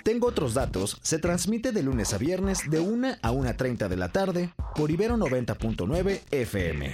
Tengo otros datos, se transmite de lunes a viernes de 1 a 1:30 de la tarde por Ibero 90.9 FM.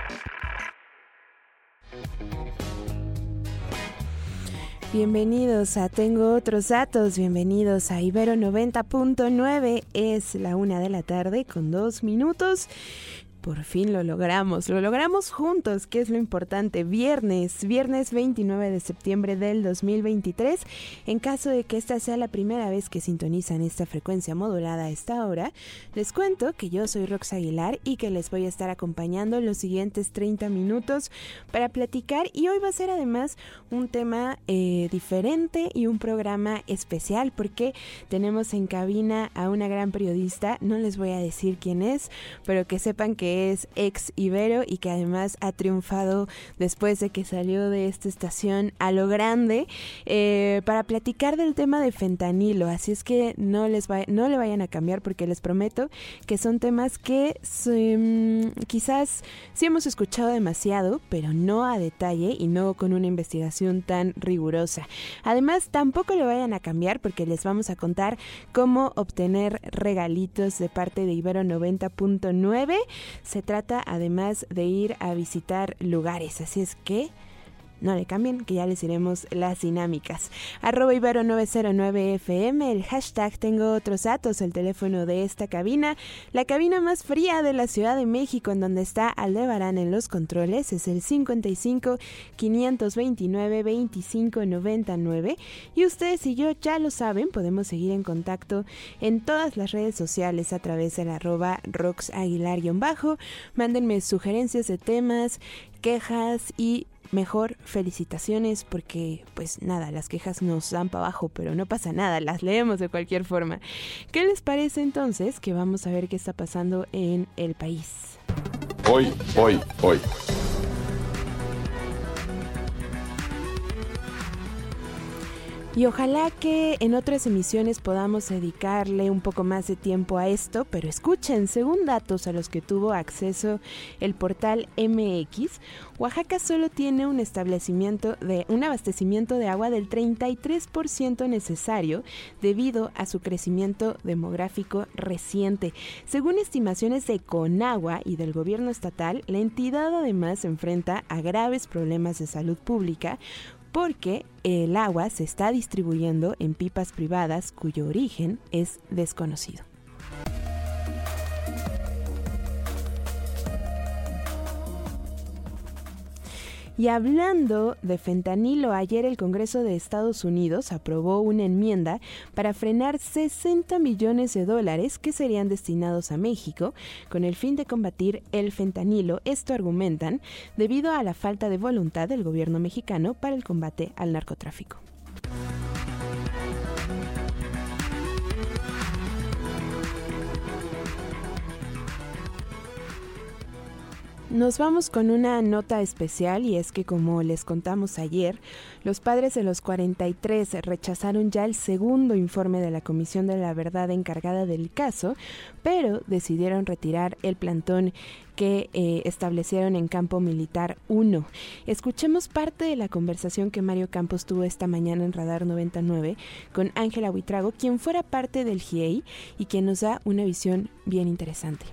Bienvenidos a Tengo Otros Datos, bienvenidos a Ibero 90.9, es la 1 de la tarde con 2 minutos. Por fin lo logramos juntos, que es lo importante. Viernes 29 de septiembre del 2023. En caso de que esta sea la primera vez que sintonizan esta frecuencia modulada a esta hora, les cuento que yo soy Rox Aguilar y que les voy a estar acompañando los siguientes 30 minutos para platicar. Y hoy va a ser además un tema diferente y un programa especial, porque tenemos en cabina a una gran periodista. No les voy a decir quién es, pero que sepan que es ex Ibero y que además ha triunfado después de que salió de esta estación a lo grande, para platicar del tema de fentanilo. Así es que no le vayan a cambiar, porque les prometo que son temas que quizás sí hemos escuchado demasiado, pero no a detalle y no con una investigación tan rigurosa. Además, tampoco le vayan a cambiar, porque les vamos a contar cómo obtener regalitos de parte de Ibero 90.9. Se trata además de ir a visitar lugares, así es que no le cambien, que ya les iremos las dinámicas. @Ibero909FM, el hashtag Tengo Otros Datos, el teléfono de esta cabina, la cabina más fría de la Ciudad de México, en donde está Aldebarán en los controles, es el 55 529 25 99. Y ustedes y yo ya lo saben, podemos seguir en contacto en todas las redes sociales a través del @RoxAguilar_. Mándenme sugerencias de temas, quejas y mejor felicitaciones, porque pues nada, las quejas nos dan para abajo, pero no pasa nada, las leemos de cualquier forma. ¿Qué les parece entonces que vamos a ver qué está pasando en el país? Hoy. Y ojalá que en otras emisiones podamos dedicarle un poco más de tiempo a esto, pero escuchen, según datos a los que tuvo acceso el portal MX, Oaxaca solo tiene un abastecimiento de agua del 33% necesario debido a su crecimiento demográfico reciente. Según estimaciones de Conagua y del gobierno estatal, la entidad además se enfrenta a graves problemas de salud pública, porque el agua se está distribuyendo en pipas privadas cuyo origen es desconocido. Y hablando de fentanilo, ayer el Congreso de Estados Unidos aprobó una enmienda para frenar $60 millones que serían destinados a México con el fin de combatir el fentanilo. Esto argumentan debido a la falta de voluntad del gobierno mexicano para el combate al narcotráfico. Nos vamos con una nota especial, y es que, como les contamos ayer, los padres de los 43 rechazaron ya el segundo informe de la Comisión de la Verdad encargada del caso, pero decidieron retirar el plantón que establecieron en Campo Militar 1. Escuchemos parte de la conversación que Mario Campos tuvo esta mañana en Radar 99 con Ángela Buitrago, quien fuera parte del GIEI y quien nos da una visión bien interesante.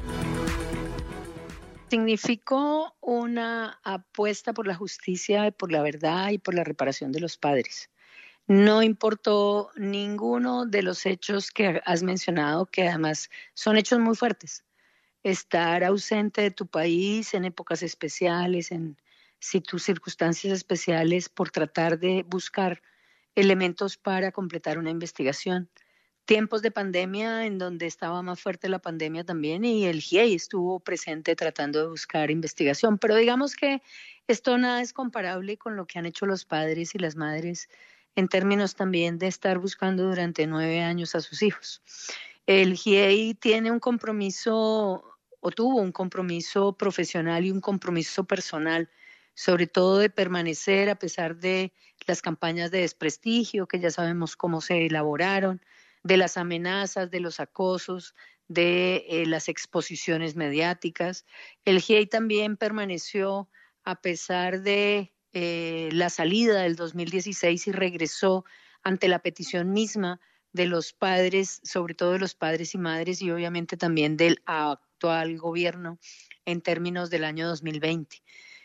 Significó una apuesta por la justicia, por la verdad y por la reparación de los padres. No importó ninguno de los hechos que has mencionado, que además son hechos muy fuertes. Estar ausente de tu país en épocas especiales, en circunstancias especiales, por tratar de buscar elementos para completar una investigación. Tiempos de pandemia en donde estaba más fuerte la pandemia también, y el GIEI estuvo presente tratando de buscar investigación, pero digamos que esto nada es comparable con lo que han hecho los padres y las madres en términos también de estar buscando durante 9 años a sus hijos. El GIEI tiene un compromiso, o tuvo un compromiso profesional y un compromiso personal, sobre todo de permanecer a pesar de las campañas de desprestigio, que ya sabemos cómo se elaboraron, de las amenazas, de los acosos, de las exposiciones mediáticas. El GIEI también permaneció a pesar de la salida del 2016 y regresó ante la petición misma de los padres, sobre todo de los padres y madres, y obviamente también del actual gobierno en términos del año 2020.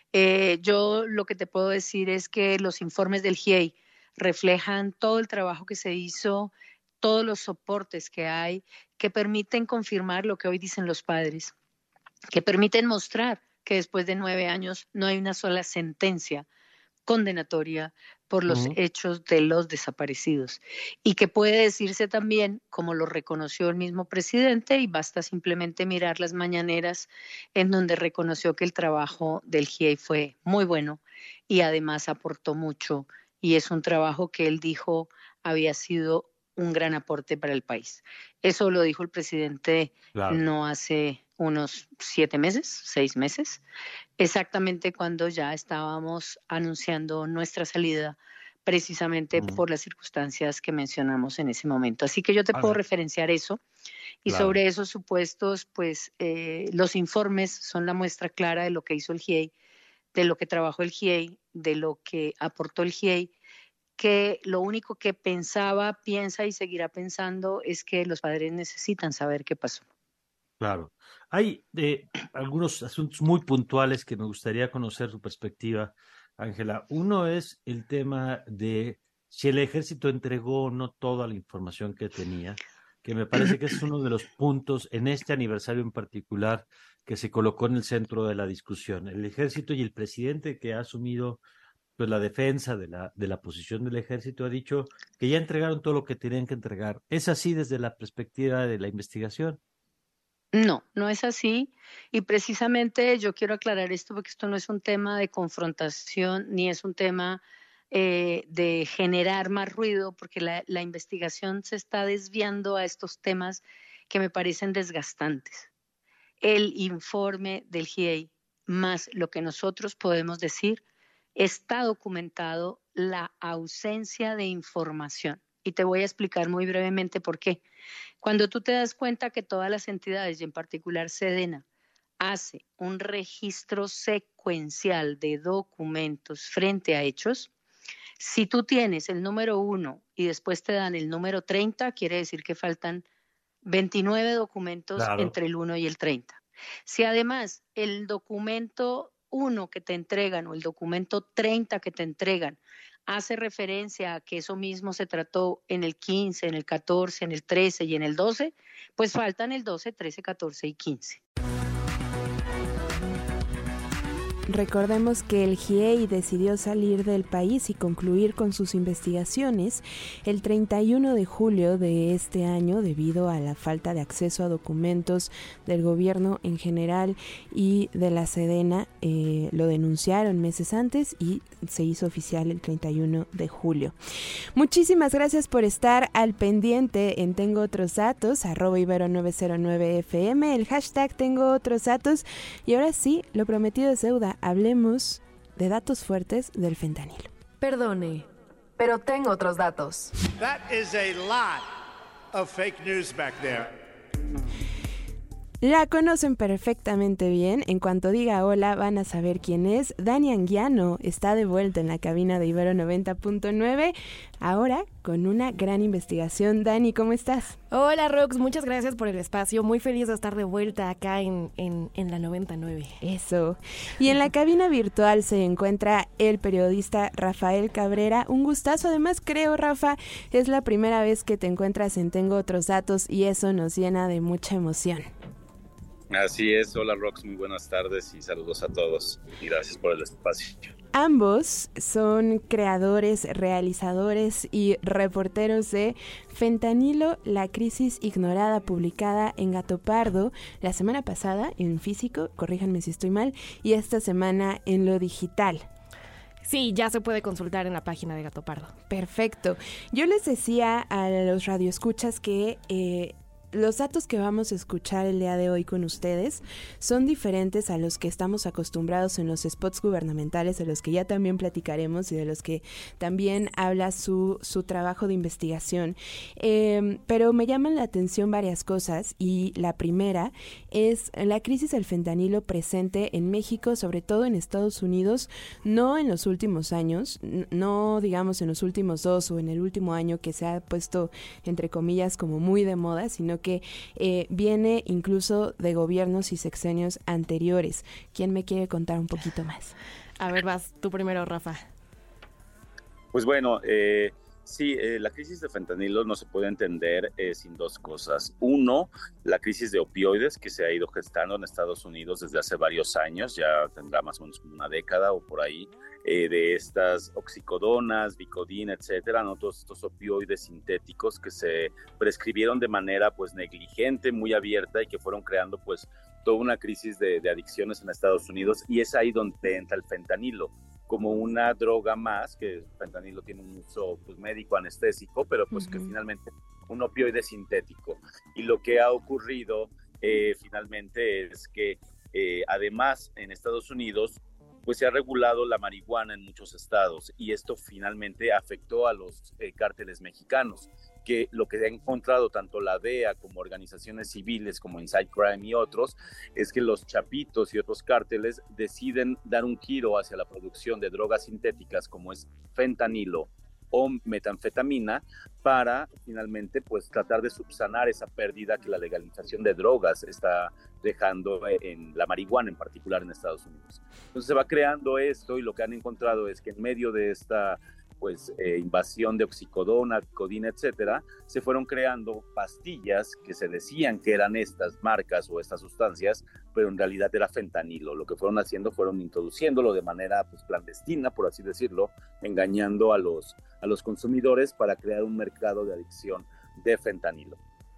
Yo lo que te puedo decir es que los informes del GIEI reflejan todo el trabajo que se hizo, todos los soportes que hay, que permiten confirmar lo que hoy dicen los padres, que permiten mostrar que después de 9 años no hay una sola sentencia condenatoria por los hechos de los desaparecidos, y que puede decirse también, como lo reconoció el mismo presidente, y basta simplemente mirar las mañaneras en donde reconoció que el trabajo del GIEI fue muy bueno y además aportó mucho, y es un trabajo que él dijo había sido un gran aporte para el país. Eso lo dijo el presidente no hace unos 7 meses, 6 meses, exactamente cuando ya estábamos anunciando nuestra salida, precisamente por las circunstancias que mencionamos en ese momento. Así que yo te puedo referenciar eso, y sobre esos supuestos, pues los informes son la muestra clara de lo que hizo el GIEI, de lo que trabajó el GIEI, de lo que aportó el GIEI, que lo único que pensaba, piensa y seguirá pensando es que los padres necesitan saber qué pasó. Claro. Hay algunos asuntos muy puntuales que me gustaría conocer su perspectiva, Ángela. Uno es el tema de si el ejército entregó o no toda la información que tenía, que me parece que es uno de los puntos en este aniversario en particular que se colocó en el centro de la discusión. El ejército y el presidente, que ha asumido pues la defensa de la posición del ejército, ha dicho que ya entregaron todo lo que tenían que entregar. ¿Es así desde la perspectiva de la investigación? No, no es así, y precisamente yo quiero aclarar esto porque esto no es un tema de confrontación ni es un tema de generar más ruido, porque la investigación se está desviando a estos temas que me parecen desgastantes. El informe del GIEI, más lo que nosotros podemos decir, está documentado la ausencia de información. Y te voy a explicar muy brevemente por qué. Cuando tú te das cuenta que todas las entidades, y en particular Sedena, hace un registro secuencial de documentos frente a hechos, si tú tienes el número 1 y después te dan el número 30, quiere decir que faltan 29 documentos entre el 1 y el 30. Si además el documento 1 que te entregan o el documento 30 que te entregan hace referencia a que eso mismo se trató en el 15, en el 14, en el 13 y en el 12, pues faltan el 12, 13, 14 y 15. Recordemos que el GIEI decidió salir del país y concluir con sus investigaciones el 31 de julio de este año debido a la falta de acceso a documentos del gobierno en general y de la Sedena. Lo denunciaron meses antes y se hizo oficial el 31 de julio. Muchísimas gracias por estar al pendiente en Tengo Otros Datos, @ibero909fm, el hashtag Tengo Otros Datos, y ahora sí, lo prometido es deuda. Hablemos de datos fuertes del fentanilo. Perdone, pero tengo otros datos. That is a lot of fake news back there. La conocen perfectamente bien. En cuanto diga hola van a saber quién es. Dani Anguiano está de vuelta en la cabina de Ibero 90.9, ahora con una gran investigación. Dani, ¿cómo estás? Hola Rox, muchas gracias por el espacio. Muy feliz de estar de vuelta acá en la 99. Eso. Y en la cabina virtual se encuentra el periodista Rafael Cabrera. Un gustazo. Además, creo, Rafa, es la primera vez que te encuentras en Tengo Otros Datos y eso nos llena de mucha emoción. Así es, hola Rox, muy buenas tardes y saludos a todos y gracias por el espacio. Ambos son creadores, realizadores y reporteros de Fentanilo, la crisis ignorada, publicada en Gato Pardo la semana pasada en físico, corríjanme si estoy mal, y esta semana en lo digital. Sí, ya se puede consultar en la página de Gato Pardo. Perfecto. Yo les decía a los radioescuchas que los datos que vamos a escuchar el día de hoy con ustedes son diferentes a los que estamos acostumbrados en los spots gubernamentales, de los que ya también platicaremos y de los que también habla su trabajo de investigación. Pero me llaman la atención varias cosas, y la primera es la crisis del fentanilo presente en México, sobre todo en Estados Unidos, no en los últimos años, no digamos en los últimos 2 o en el último año que se ha puesto entre comillas como muy de moda, sino que viene incluso de gobiernos y sexenios anteriores. ¿Quién me quiere contar un poquito más? A ver, vas tú primero, Rafa. Pues bueno, sí, la crisis de fentanilo no se puede entender sin dos cosas. Uno, la crisis de opioides que se ha ido gestando en Estados Unidos desde hace varios años, ya tendrá más o menos como una década o por ahí, de estas oxicodonas, Vicodin, etcétera, ¿no? Todos estos opioides sintéticos que se prescribieron de manera pues negligente, muy abierta, y que fueron creando pues toda una crisis de adicciones en Estados Unidos, y es ahí donde entra el fentanilo como una droga más, que el fentanilo tiene un uso pues, médico anestésico, pero pues que finalmente un opioide sintético. Y lo que ha ocurrido finalmente es que además en Estados Unidos pues se ha regulado la marihuana en muchos estados, y esto finalmente afectó a los cárteles mexicanos, que lo que ha encontrado tanto la DEA como organizaciones civiles como Inside Crime y otros, es que los chapitos y otros cárteles deciden dar un giro hacia la producción de drogas sintéticas como es fentanilo o metanfetamina, para finalmente pues tratar de subsanar esa pérdida que la legalización de drogas está dejando en la marihuana en particular en Estados Unidos. Entonces se va creando esto, y lo que han encontrado es que en medio de esta pues invasión de oxicodona, Vicodin, etcétera, se fueron creando pastillas que se decían que eran estas marcas o estas sustancias, pero en realidad era fentanilo. Lo que fueron haciendo fueron introduciéndolo de manera pues clandestina, por así decirlo, engañando a los consumidores para crear un mercado de adicción de fentanilo.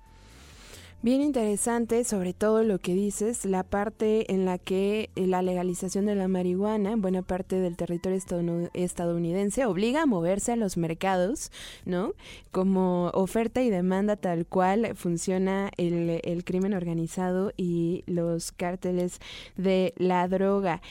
Bien interesante, sobre todo lo que dices, la parte en la que la legalización de la marihuana en buena parte del territorio estadounidense obliga a moverse a los mercados, ¿no? Como oferta y demanda tal cual funciona el crimen organizado y los cárteles de la droga.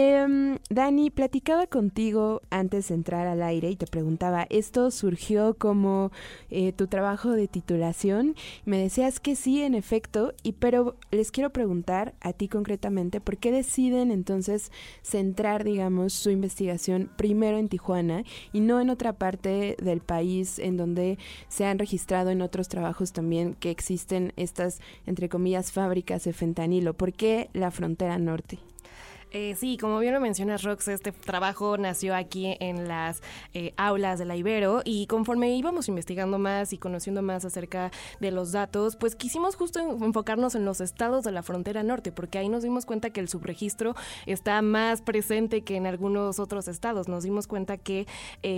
Dani, platicaba contigo antes de entrar al aire y te preguntaba, ¿esto surgió como tu trabajo de titulación? Me decías que sí, en efecto, pero les quiero preguntar a ti concretamente, ¿por qué deciden entonces centrar, digamos, su investigación primero en Tijuana y no en otra parte del país en donde se han registrado en otros trabajos también que existen estas, entre comillas, fábricas de fentanilo? ¿Por qué la frontera norte? Sí, como bien lo mencionas, Rox, este trabajo nació aquí en las aulas de la Ibero, y conforme íbamos investigando más y conociendo más acerca de los datos, pues quisimos justo enfocarnos en los estados de la frontera norte, porque ahí nos dimos cuenta que el subregistro está más presente que en algunos otros estados. Nos dimos cuenta que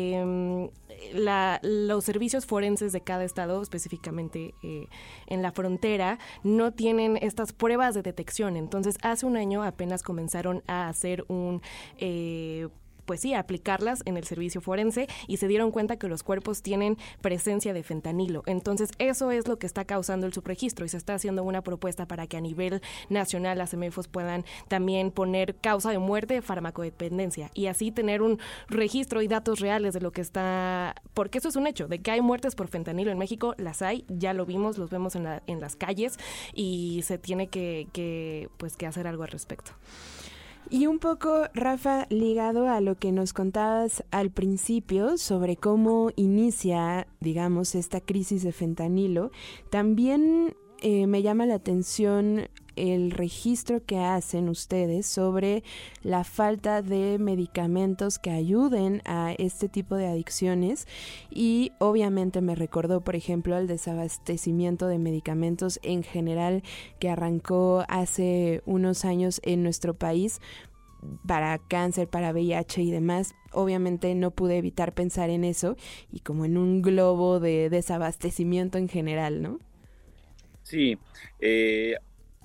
los servicios forenses de cada estado, específicamente en la frontera, no tienen estas pruebas de detección. Entonces, hace un año apenas comenzaron a hacer aplicarlas en el servicio forense, y se dieron cuenta que los cuerpos tienen presencia de fentanilo. Entonces, eso es lo que está causando el subregistro, y se está haciendo una propuesta para que a nivel nacional las CEMEFOS puedan también poner causa de muerte de farmacodependencia, y así tener un registro y datos reales de lo que está, porque eso es un hecho, de que hay muertes por fentanilo en México, las hay, ya lo vimos, los vemos en las calles, y se tiene que hacer algo al respecto. Y un poco, Rafa, ligado a lo que nos contabas al principio sobre cómo inicia, digamos, esta crisis de fentanilo, también me llama la atención el registro que hacen ustedes sobre la falta de medicamentos que ayuden a este tipo de adicciones, y obviamente me recordó, por ejemplo, el desabastecimiento de medicamentos en general que arrancó hace unos años en nuestro país para cáncer, para VIH y demás. Obviamente no pude evitar pensar en eso y como en un globo de desabastecimiento en general, ¿no? Sí,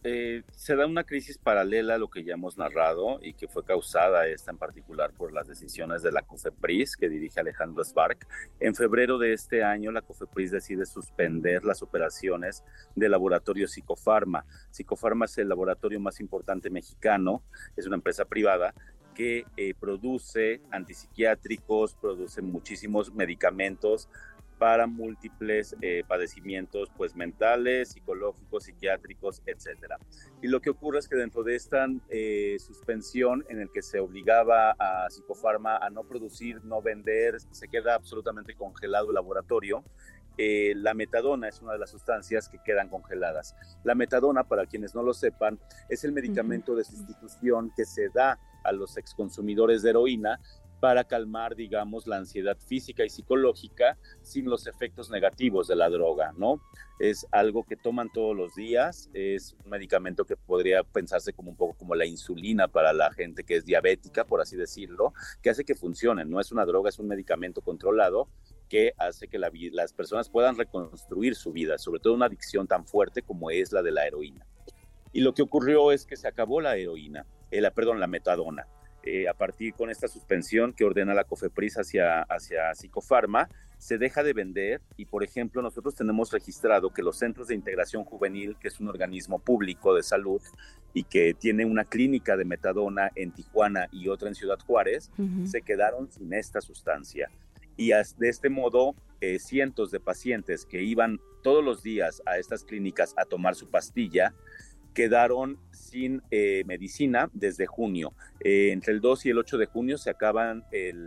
Se da una crisis paralela a lo que ya hemos narrado y que fue causada esta en particular por las decisiones de la COFEPRIS que dirige Alejandro Svarc. En febrero de este año la COFEPRIS decide suspender las operaciones del laboratorio Psicofarma. Psicofarma es el laboratorio más importante mexicano, es una empresa privada que produce antipsiquiátricos, produce muchísimos medicamentos para múltiples padecimientos pues mentales, psicológicos, psiquiátricos, etcétera. Y lo que ocurre es que dentro de esta suspensión en el que se obligaba a Psicofarma a no producir, no vender, se queda absolutamente congelado el laboratorio. La metadona es una de las sustancias que quedan congeladas. La metadona, para quienes no lo sepan, es el medicamento de sustitución que se da a los exconsumidores de heroína para calmar, digamos, la ansiedad física y psicológica sin los efectos negativos de la droga, ¿no? Es algo que toman todos los días, es un medicamento que podría pensarse como un poco como la insulina para la gente que es diabética, por así decirlo, que hace que funcione. No es una droga, es un medicamento controlado que hace que las personas puedan reconstruir su vida, sobre todo una adicción tan fuerte como es la de la heroína. Y lo que ocurrió es que se acabó la heroína, la metadona. A partir con esta suspensión que ordena la COFEPRIS hacia Psicofarma, se deja de vender y, por ejemplo, nosotros tenemos registrado que los Centros de Integración Juvenil, que es un organismo público de salud y que tiene una clínica de metadona en Tijuana y otra en Ciudad Juárez, se quedaron sin esta sustancia. Y de este modo, cientos de pacientes que iban todos los días a estas clínicas a tomar su pastilla, quedaron sin medicina desde junio. Entre el 2 y el 8 de junio se acaban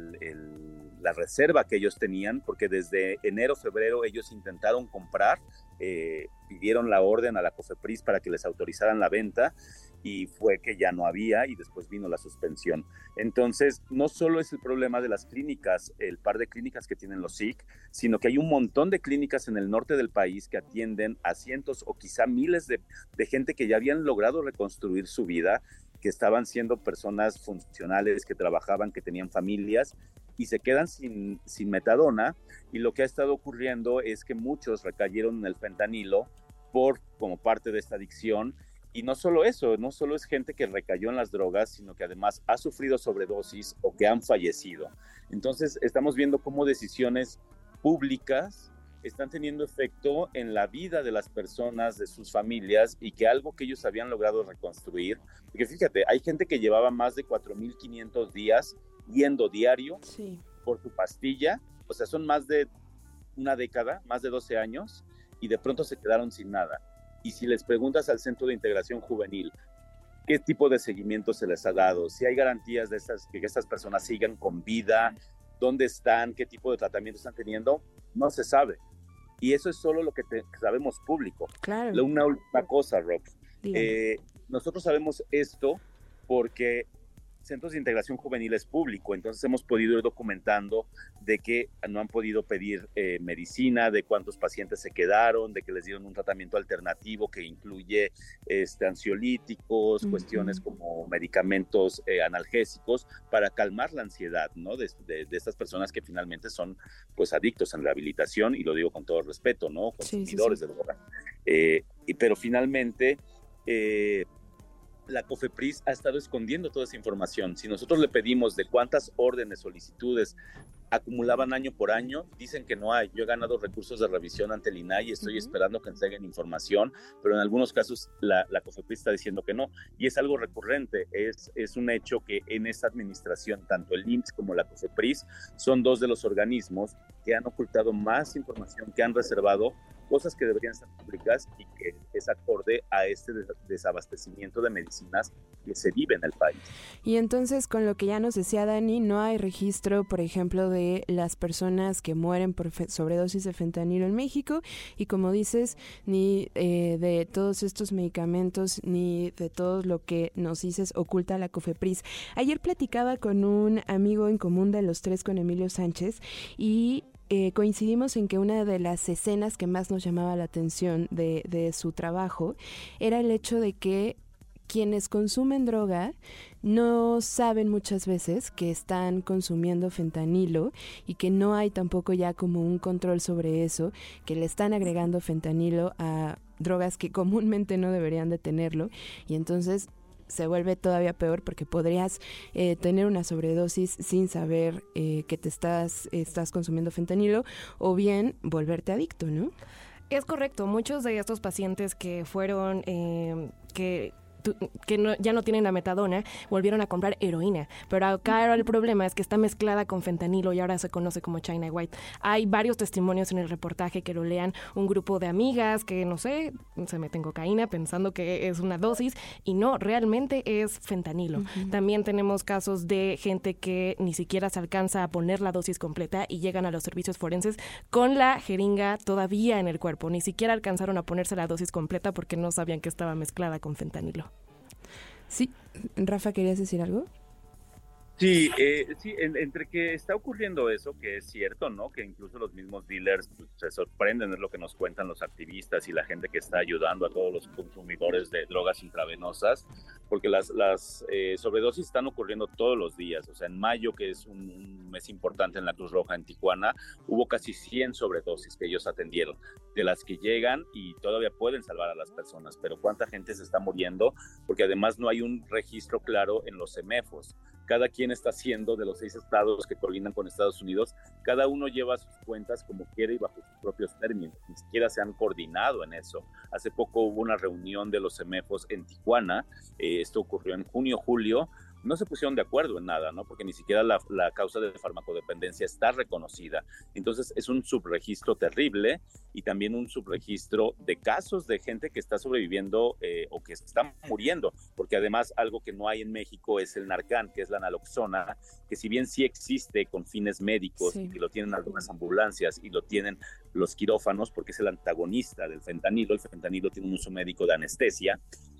la reserva que ellos tenían, porque desde enero, febrero ellos intentaron comprar, pidieron la orden a la COFEPRIS para que les autorizaran la venta y fue que ya no había y después vino la suspensión. Entonces, no solo es el problema de las clínicas, el par de clínicas que tienen los SIC, sino que hay un montón de clínicas en el norte del país que atienden a cientos o quizá miles de gente que ya habían logrado reconstruir su vida, que estaban siendo personas funcionales, que trabajaban, que tenían familias y se quedan sin metadona, y lo que ha estado ocurriendo es que muchos recayeron en el fentanilo como parte de esta adicción. Y no solo eso, no solo es gente que recayó en las drogas, sino que además ha sufrido sobredosis o que han fallecido. Entonces estamos viendo cómo decisiones públicas están teniendo efecto en la vida de las personas, de sus familias, y que algo que ellos habían logrado reconstruir, porque fíjate, hay gente que llevaba más de 4,500 días yendo diario por su pastilla, o sea, son más de una década, más de 12 años, y de pronto se quedaron sin nada. Y si les preguntas al Centro de Integración Juvenil qué tipo de seguimiento se les ha dado, si hay garantías de que estas personas sigan con vida, dónde están, qué tipo de tratamiento están teniendo, no se sabe. Y eso es solo lo que sabemos público. Claro. Una última cosa, Rob. Nosotros sabemos esto porque Centros de Integración Juvenil es público, entonces hemos podido ir documentando de que no han podido pedir medicina, de cuántos pacientes se quedaron, de que les dieron un tratamiento alternativo que incluye ansiolíticos, cuestiones como medicamentos analgésicos para calmar la ansiedad, ¿no? de estas personas que finalmente son pues adictos en rehabilitación, y lo digo con todo respeto, ¿no? Consumidores de droga. Pero finalmente la COFEPRIS ha estado escondiendo toda esa información. Si nosotros le pedimos de cuántas órdenes, solicitudes acumulaban año por año, dicen que no hay. Yo he ganado recursos de revisión ante el INAI y estoy esperando que entreguen información, pero en algunos casos la COFEPRIS está diciendo que no. Y es algo recurrente, es un hecho que en esta administración, tanto el IMSS como la COFEPRIS son dos de los organismos que han ocultado más información, que han reservado cosas que deberían ser públicas y que es acorde a este desabastecimiento de medicinas que se vive en el país. Y entonces, con lo que ya nos decía Dani, no hay registro, por ejemplo, de las personas que mueren por sobredosis de fentanilo en México, y como dices, ni de todos estos medicamentos, ni de todo lo que nos dices oculta la COFEPRIS. Ayer platicaba con un amigo en común de los tres, con Emilio Sánchez, y coincidimos en que una de las escenas que más nos llamaba la atención de su trabajo era el hecho de que quienes consumen droga no saben muchas veces que están consumiendo fentanilo y que no hay tampoco ya como un control sobre eso, que le están agregando fentanilo a drogas que comúnmente no deberían de tenerlo, y entonces se vuelve todavía peor porque podrías tener una sobredosis sin saber que te estás consumiendo fentanilo, o bien volverte adicto, ¿no? Es correcto. Muchos de estos pacientes que fueron ya no tienen la metadona, volvieron a comprar heroína, pero acá ahora el problema es que está mezclada con fentanilo y ahora se conoce como China White. Hay varios testimonios en el reportaje que lo lean, un grupo de amigas que, no sé, se meten cocaína pensando que es una dosis y no, realmente es fentanilo. Uh-huh. También tenemos casos de gente que ni siquiera se alcanza a poner la dosis completa y llegan a los servicios forenses con la jeringa todavía en el cuerpo, ni siquiera alcanzaron a ponerse la dosis completa porque no sabían que estaba mezclada con fentanilo. Sí, Rafa, ¿querías decir algo? Sí, entre que está ocurriendo eso, que es cierto, ¿no? Que incluso los mismos dealers pues, se sorprenden, es lo que nos cuentan los activistas y la gente que está ayudando a todos los consumidores de drogas intravenosas, porque las sobredosis están ocurriendo todos los días. O sea, en mayo, que es un mes importante en la Cruz Roja en Tijuana, hubo casi 100 sobredosis que ellos atendieron, de las que llegan y todavía pueden salvar a las personas, pero ¿cuánta gente se está muriendo? Porque además no hay un registro claro en los CEMEFOS. Cada quien está haciendo, de los 6 estados que colindan con Estados Unidos, cada uno lleva sus cuentas como quiere y bajo sus propios términos, ni siquiera se han coordinado en eso. Hace poco hubo una reunión de los CEMEFOS en Tijuana, esto ocurrió en junio, julio, no se pusieron de acuerdo en nada, ¿no? Porque ni siquiera la causa de farmacodependencia está reconocida. Entonces es un subregistro terrible y también un subregistro de casos de gente que está sobreviviendo o que está muriendo, porque además algo que no hay en México es el Narcan, que es la naloxona, que si bien sí existe con fines médicos, sí, y lo tienen algunas ambulancias y lo tienen los quirófanos, porque es el antagonista del fentanilo. El fentanilo tiene un uso médico de anestesia,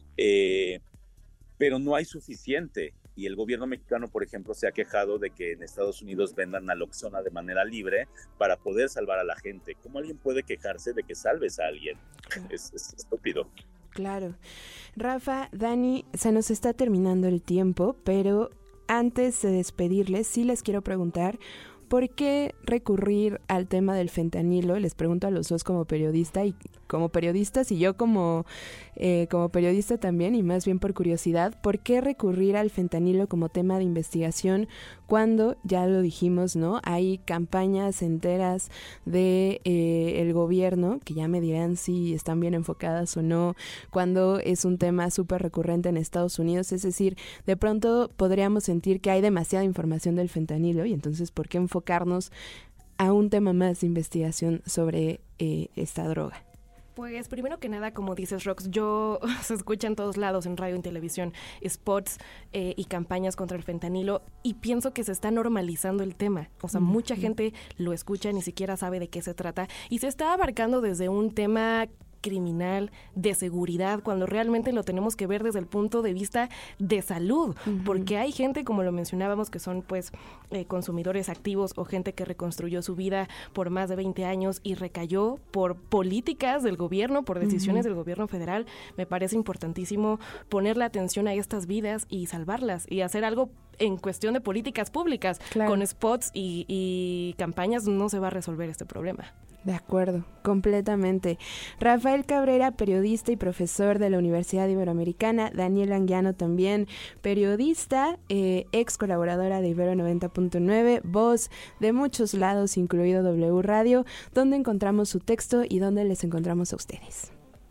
pero no hay suficiente. Y el gobierno mexicano, por ejemplo, se ha quejado de que en Estados Unidos vendan naloxona de manera libre para poder salvar a la gente. ¿Cómo alguien puede quejarse de que salves a alguien? Claro. Es estúpido. Claro. Rafa, Dani, se nos está terminando el tiempo, pero antes de despedirles, sí les quiero preguntar, ¿por qué recurrir al tema del fentanilo? Les pregunto a los dos como periodistas y yo como periodista también, y más bien por curiosidad, ¿por qué recurrir al fentanilo como tema de investigación cuando, ya lo dijimos, ¿no? Hay campañas enteras de el gobierno, que ya me dirán si están bien enfocadas o no, cuando es un tema súper recurrente en Estados Unidos? Es decir, de pronto podríamos sentir que hay demasiada información del fentanilo y entonces, ¿por qué enfocarnos a un tema más de investigación sobre esta droga? Pues primero que nada, como dices, Rox, se escucha en todos lados, en radio, en televisión, spots y campañas contra el fentanilo, y pienso que se está normalizando el tema. O sea, mucha gente lo escucha, ni siquiera sabe de qué se trata, y se está abarcando desde un tema criminal, de seguridad, cuando realmente lo tenemos que ver desde el punto de vista de salud, porque hay gente, como lo mencionábamos, que son pues consumidores activos o gente que reconstruyó su vida por más de 20 años y recayó por políticas del gobierno, por decisiones del gobierno federal. Me parece importantísimo ponerle atención a estas vidas y salvarlas y hacer algo en cuestión de políticas públicas. Claro. Con spots y campañas no se va a resolver este problema. De acuerdo, completamente. Rafael Cabrera, periodista y profesor de la Universidad Iberoamericana. Daniel Anguiano, también periodista, ex colaboradora de Ibero 90.9, voz de muchos lados, incluido W Radio. ¿Dónde encontramos su texto y dónde les encontramos a ustedes?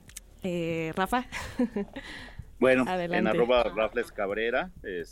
Rafa. Bueno, adelante. En @RaflesCabrera,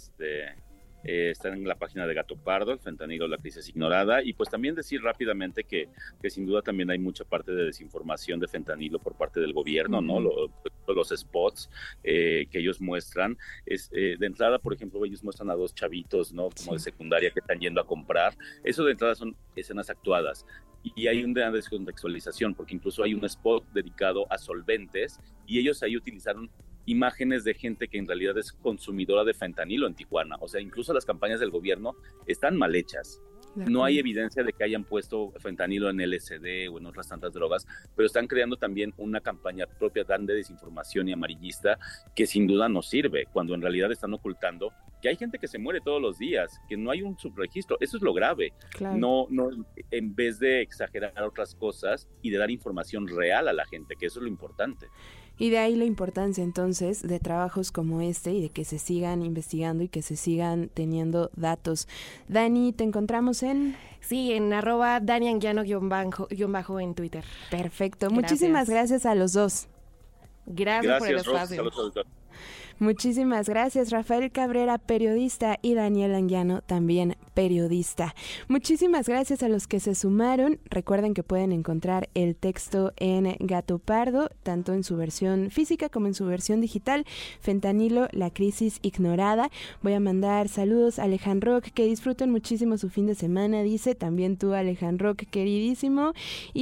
está en la página de Gato Pardo, el fentanilo, la crisis ignorada, y pues también decir rápidamente que sin duda también hay mucha parte de desinformación de fentanilo por parte del gobierno, ¿no? Los spots que ellos muestran, de entrada, por ejemplo, ellos muestran a 2 chavitos, ¿no? Como de secundaria que están yendo a comprar. Eso de entrada son escenas actuadas. Y hay una descontextualización, porque incluso hay un spot dedicado a solventes, y ellos ahí utilizaron imágenes de gente que en realidad es consumidora de fentanilo en Tijuana. O sea, incluso las campañas del gobierno están mal hechas. No hay evidencia de que hayan puesto fentanilo en LSD o en otras tantas drogas, pero están creando también una campaña propia tan de desinformación y amarillista que sin duda no sirve, cuando en realidad están ocultando que hay gente que se muere todos los días, que no hay un subregistro. Eso es lo grave. Claro. No, en vez de exagerar otras cosas y de dar información real a la gente, que eso es lo importante. Y de ahí la importancia entonces de trabajos como este y de que se sigan investigando y que se sigan teniendo datos. Dani, ¿te encontramos en...? Sí, en @DaniAnguiano_ en Twitter. Perfecto. Gracias. Muchísimas gracias a los dos. Gracias por el espacio. Muchísimas gracias, Rafael Cabrera, periodista, y Daniel Anguiano, también periodista. Muchísimas gracias a los que se sumaron. Recuerden que pueden encontrar el texto en Gato Pardo, tanto en su versión física como en su versión digital. Fentanilo, la crisis ignorada. Voy a mandar saludos a Alejandro Rock, que disfruten muchísimo su fin de semana, dice. También tú, Alejandro Rock, queridísimo.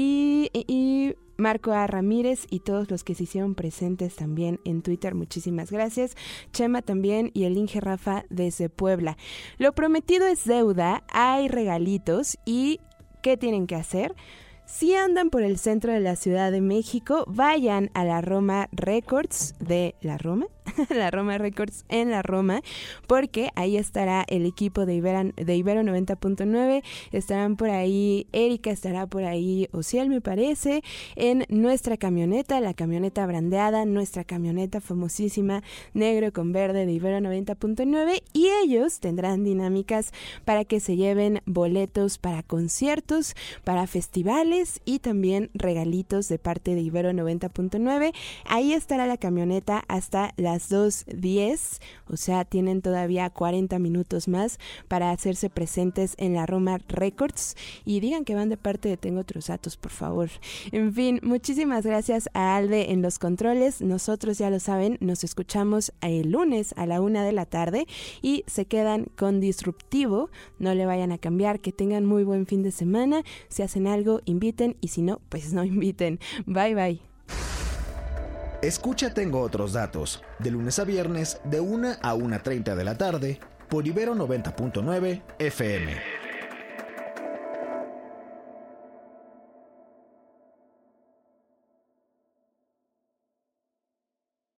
Y Marco A. Ramírez y todos los que se hicieron presentes también en Twitter, muchísimas gracias. Chema también y el Inge Rafa desde Puebla. Lo prometido es deuda, hay regalitos y ¿qué tienen que hacer? Si andan por el centro de la Ciudad de México, vayan a la Roma Records de la Roma, la Roma Records en la Roma, porque ahí estará el equipo de Ibero 90.9, estarán por ahí Erika, estará por ahí Ociel, me parece, en nuestra camioneta, la camioneta brandeada, nuestra camioneta famosísima, negro con verde de Ibero 90.9, y ellos tendrán dinámicas para que se lleven boletos para conciertos, para festivales, y también regalitos de parte de Ibero 90.9. Ahí estará la camioneta hasta las 2:10, o sea, tienen todavía 40 minutos más para hacerse presentes en la Roma Records y digan que van de parte de Tengo Otros Datos, por favor. En fin, muchísimas gracias a Alde en los controles. Nosotros, ya lo saben, nos escuchamos el lunes a la 1 de la tarde y se quedan con Disruptivo. No le vayan a cambiar, que tengan muy buen fin de semana. Si hacen algo, inviten, y si no, pues no inviten. Bye, bye. Escucha Tengo Otros Datos, de lunes a viernes, de 1 a 1:30 de la tarde, por Ibero 90.9 FM.